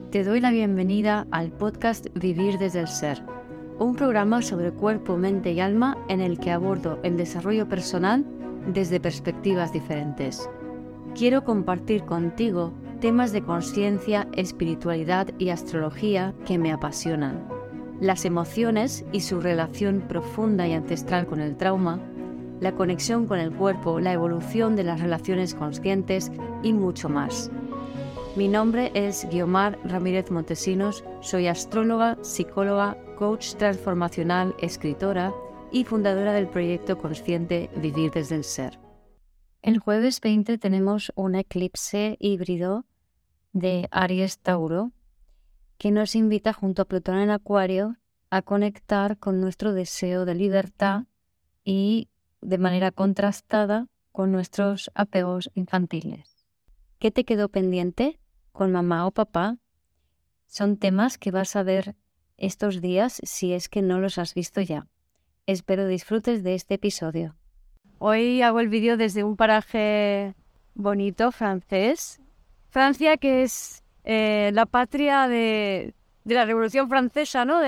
Te doy la bienvenida al podcast Vivir desde el Ser, un programa sobre cuerpo, mente y alma en el que abordo el desarrollo personal desde perspectivas diferentes. Quiero compartir contigo temas de conciencia, espiritualidad y astrología que me apasionan, las emociones y su relación profunda y ancestral con el trauma, la conexión con el cuerpo, la evolución de las relaciones conscientes y mucho más. Mi nombre es Guiomar Ramírez Montesinos, soy astróloga, psicóloga, coach transformacional, escritora y fundadora del proyecto consciente Vivir desde el Ser. El jueves 20 tenemos un eclipse híbrido de Aries-Tauro que nos invita junto a Plutón en Acuario a conectar con nuestro deseo de libertad y de manera contrastada con nuestros apegos infantiles. ¿Qué te quedó pendiente con mamá o papá? Son temas que vas a ver estos días si es que no los has visto ya. Espero disfrutes de este episodio. Hoy hago el vídeo desde un paraje bonito francés. Francia, que es la patria de la Revolución Francesa, ¿no?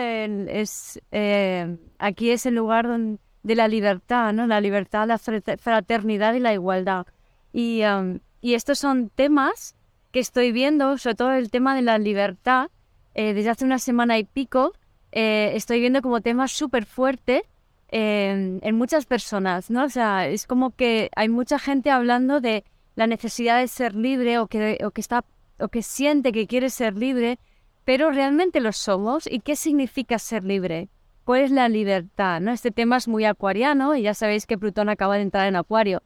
Aquí es el lugar de la libertad, ¿no? La libertad, la fraternidad y la igualdad. Y estos son temas que estoy viendo, sobre todo el tema de la libertad, desde hace una semana y pico, estoy viendo como tema súper fuerte en muchas personas, ¿no? O sea, es como que hay mucha gente hablando de la necesidad de ser libre o que siente que quiere ser libre, pero ¿realmente lo somos? ¿Y qué significa ser libre? ¿Cuál es la libertad, ¿no? Este tema es muy acuariano y ya sabéis que Plutón acaba de entrar en Acuario.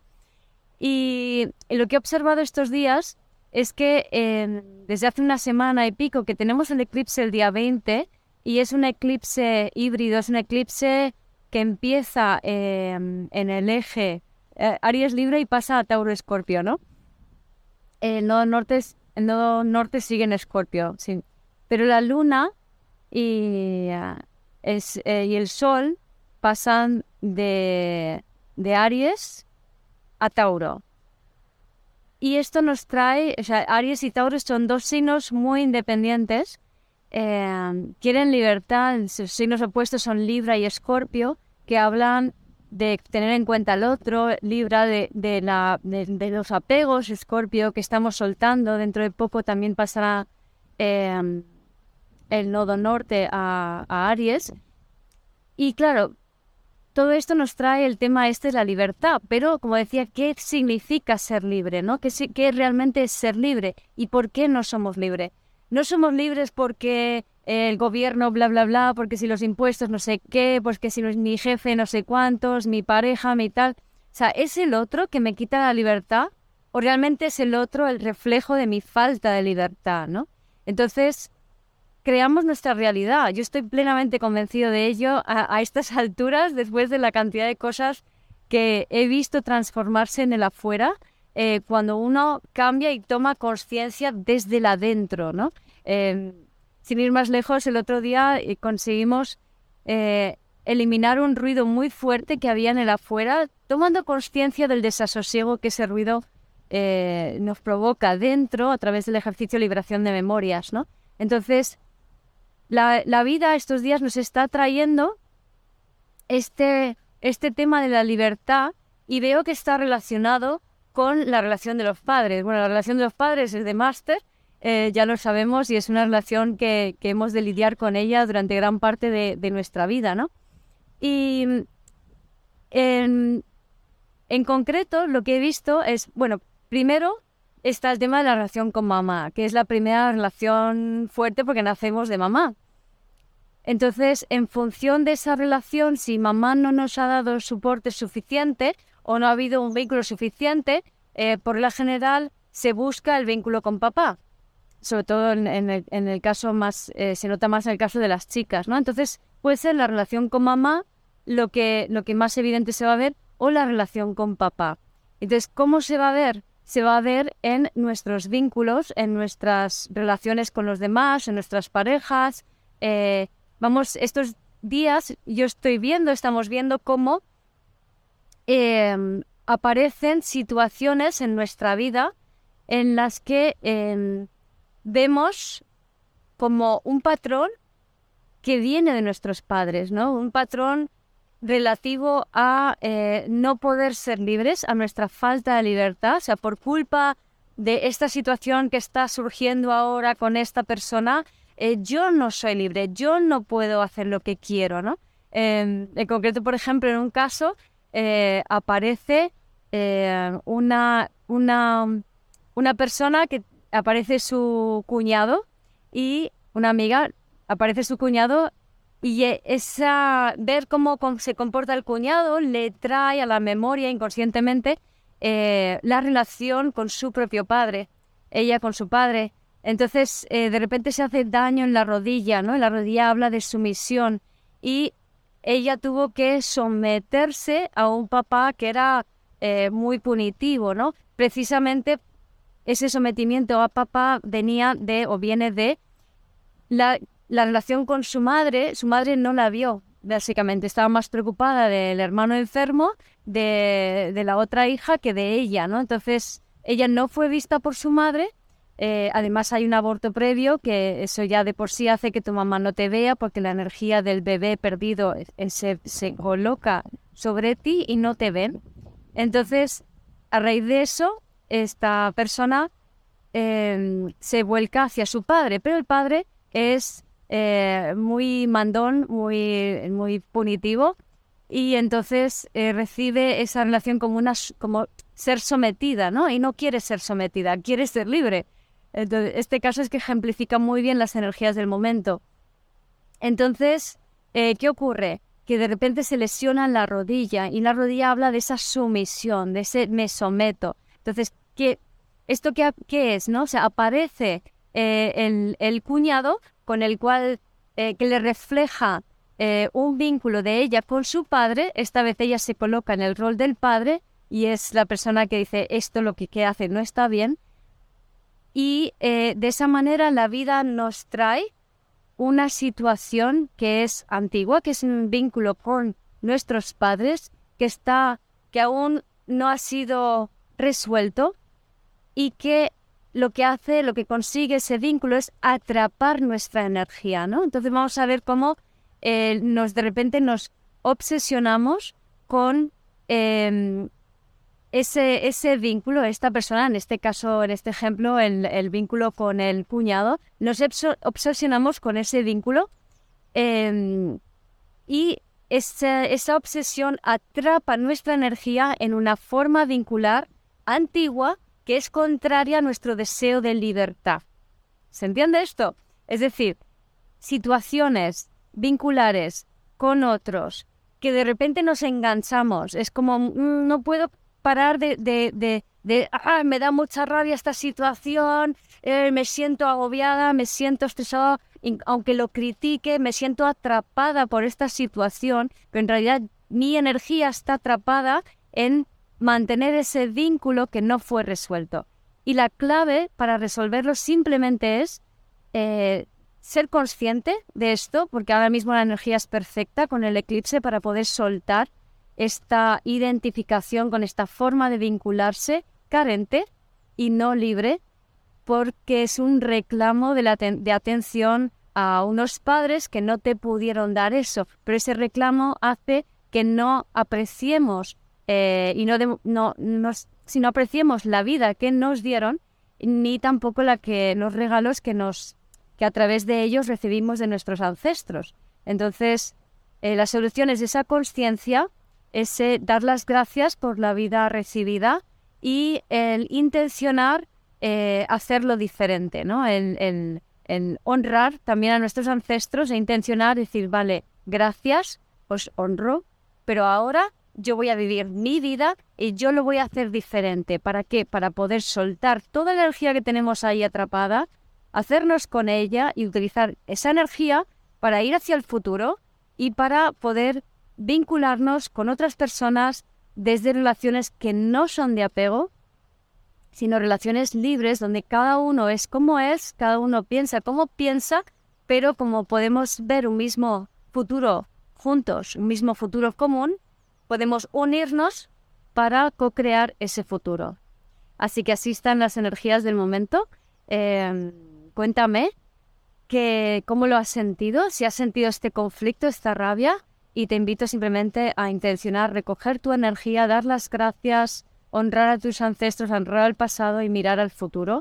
Y lo que he observado estos días es que desde hace una semana y pico que tenemos el eclipse el día 20 y es un eclipse híbrido, es un eclipse que empieza en el eje Aries Libra y pasa a Tauro Escorpio, ¿no? El nodo norte sigue en Escorpio, sí. Pero la luna y el sol pasan de Aries a Tauro. Y esto nos trae, o sea, Aries y Tauro son dos signos muy independientes, quieren libertad, sus signos opuestos son Libra y Escorpio, que hablan de tener en cuenta al otro, Libra de los apegos, Escorpio que estamos soltando, dentro de poco también pasará el nodo norte a Aries. Y claro, todo esto nos trae el tema de la libertad, pero como decía, ¿qué significa ser libre, ¿no? ¿Qué realmente es ser libre? ¿Y por qué no somos libres? No somos libres porque el gobierno bla bla bla, porque si los impuestos no sé qué, porque si no es mi jefe no sé cuántos, mi pareja, mi tal. O sea, ¿es el otro que me quita la libertad? ¿O realmente es el otro el reflejo de mi falta de libertad, ¿no? Entonces, creamos nuestra realidad. Yo estoy plenamente convencido de ello a estas alturas, después de la cantidad de cosas que he visto transformarse en el afuera, cuando uno cambia y toma conciencia desde el adentro, ¿no? Sin ir más lejos, el otro día conseguimos eliminar un ruido muy fuerte que había en el afuera, tomando conciencia del desasosiego que ese ruido nos provoca dentro a través del ejercicio de liberación de memorias, ¿no? Entonces, la vida estos días nos está trayendo este tema de la libertad y veo que está relacionado con la relación de los padres. Bueno, la relación de los padres es de máster, ya lo sabemos, y es una relación que hemos de lidiar con ella durante gran parte de nuestra vida, ¿no? Y en concreto lo que he visto es, bueno, primero está el tema de la relación con mamá, que es la primera relación fuerte porque nacemos de mamá. Entonces, en función de esa relación, si mamá no nos ha dado soporte suficiente o no ha habido un vínculo suficiente, por lo general se busca el vínculo con papá. Sobre todo en el caso más, se nota más en el caso de las chicas, ¿no? Entonces, puede ser la relación con mamá lo que más evidente se va a ver o la relación con papá. Entonces, ¿cómo se va a ver? Se va a ver en nuestros vínculos, en nuestras relaciones con los demás, en nuestras parejas. Estos días estamos viendo cómo aparecen situaciones en nuestra vida en las que vemos como un patrón que viene de nuestros padres, ¿no? Un patrón relativo a no poder ser libres, a nuestra falta de libertad, o sea, por culpa de esta situación que está surgiendo ahora con esta persona, yo no soy libre, yo no puedo hacer lo que quiero, ¿no? En concreto, por ejemplo, en un caso aparece una persona que aparece su cuñado y una amiga, aparece su cuñado y ver cómo se comporta el cuñado le trae a la memoria inconscientemente la relación con su propio padre, ella con su padre. Entonces, de repente se hace daño en la rodilla, ¿no? En la rodilla habla de sumisión y ella tuvo que someterse a un papá que era muy punitivo, ¿no? Precisamente ese sometimiento a papá viene de la relación con su madre no la vio, básicamente. Estaba más preocupada del hermano enfermo, de la otra hija, que de ella, ¿no? Entonces, ella no fue vista por su madre. Además, hay un aborto previo, que eso ya de por sí hace que tu mamá no te vea, porque la energía del bebé perdido se coloca sobre ti y no te ven. Entonces, a raíz de eso, esta persona se vuelca hacia su padre, pero el padre es muy mandón, muy punitivo, y entonces recibe esa relación como ser sometida, ¿no? Y no quiere ser sometida, quiere ser libre. Entonces, este caso es que ejemplifica muy bien las energías del momento. Entonces, ¿qué ocurre? Que de repente se lesiona la rodilla, y la rodilla habla de esa sumisión, de ese me someto. Entonces, ¿qué es, no? O sea, aparece el cuñado con el cual, que le refleja un vínculo de ella con su padre. Esta vez ella se coloca en el rol del padre y es la persona que dice esto lo que hace no está bien. Y de esa manera la vida nos trae una situación que es antigua, que es un vínculo con nuestros padres, que aún no ha sido resuelto, y que lo que consigue ese vínculo es atrapar nuestra energía, ¿no? Entonces vamos a ver cómo de repente nos obsesionamos con ese vínculo, esta persona, en este caso, en este ejemplo, el vínculo con el cuñado. Nos obsesionamos con ese vínculo y esa obsesión atrapa nuestra energía en una forma vincular antigua que es contraria a nuestro deseo de libertad. ¿Se entiende esto? Es decir, situaciones vinculares con otros que de repente nos enganchamos. Es como, no puedo parar me da mucha rabia esta situación, me siento agobiada, me siento estresada, aunque lo critique, me siento atrapada por esta situación, pero en realidad mi energía está atrapada en mantener ese vínculo que no fue resuelto. Y la clave para resolverlo simplemente es ser consciente de esto, porque ahora mismo la energía es perfecta con el eclipse para poder soltar esta identificación con esta forma de vincularse carente y no libre, porque es un reclamo de atención a unos padres que no te pudieron dar eso, pero ese reclamo hace que no apreciemos si no apreciemos la vida que nos dieron, ni tampoco los regalos que a través de ellos recibimos de nuestros ancestros. Entonces, la solución es esa conciencia, ese dar las gracias por la vida recibida y el intencionar hacerlo diferente, ¿no? El honrar también a nuestros ancestros e intencionar decir, vale, gracias, os honro, pero ahora yo voy a vivir mi vida y yo lo voy a hacer diferente. ¿Para qué? Para poder soltar toda la energía que tenemos ahí atrapada, hacernos con ella y utilizar esa energía para ir hacia el futuro y para poder vincularnos con otras personas desde relaciones que no son de apego, sino relaciones libres donde cada uno es como es, cada uno piensa como piensa, pero como podemos ver un mismo futuro juntos, un mismo futuro común, podemos unirnos para co-crear ese futuro. Así que así están las energías del momento. Cuéntame cómo lo has sentido, si has sentido este conflicto, esta rabia, y te invito simplemente a intencionar recoger tu energía, dar las gracias, honrar a tus ancestros, honrar al pasado y mirar al futuro,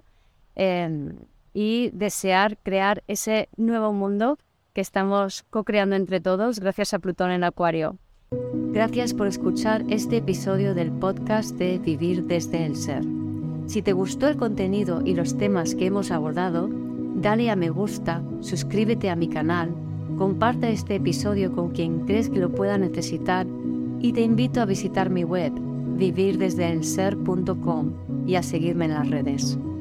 y desear crear ese nuevo mundo que estamos co-creando entre todos gracias a Plutón en Acuario. Gracias por escuchar este episodio del podcast de Vivir desde el Ser. Si te gustó el contenido y los temas que hemos abordado, dale a me gusta, suscríbete a mi canal, comparte este episodio con quien crees que lo pueda necesitar y te invito a visitar mi web, vivirdesdeelser.com, y a seguirme en las redes.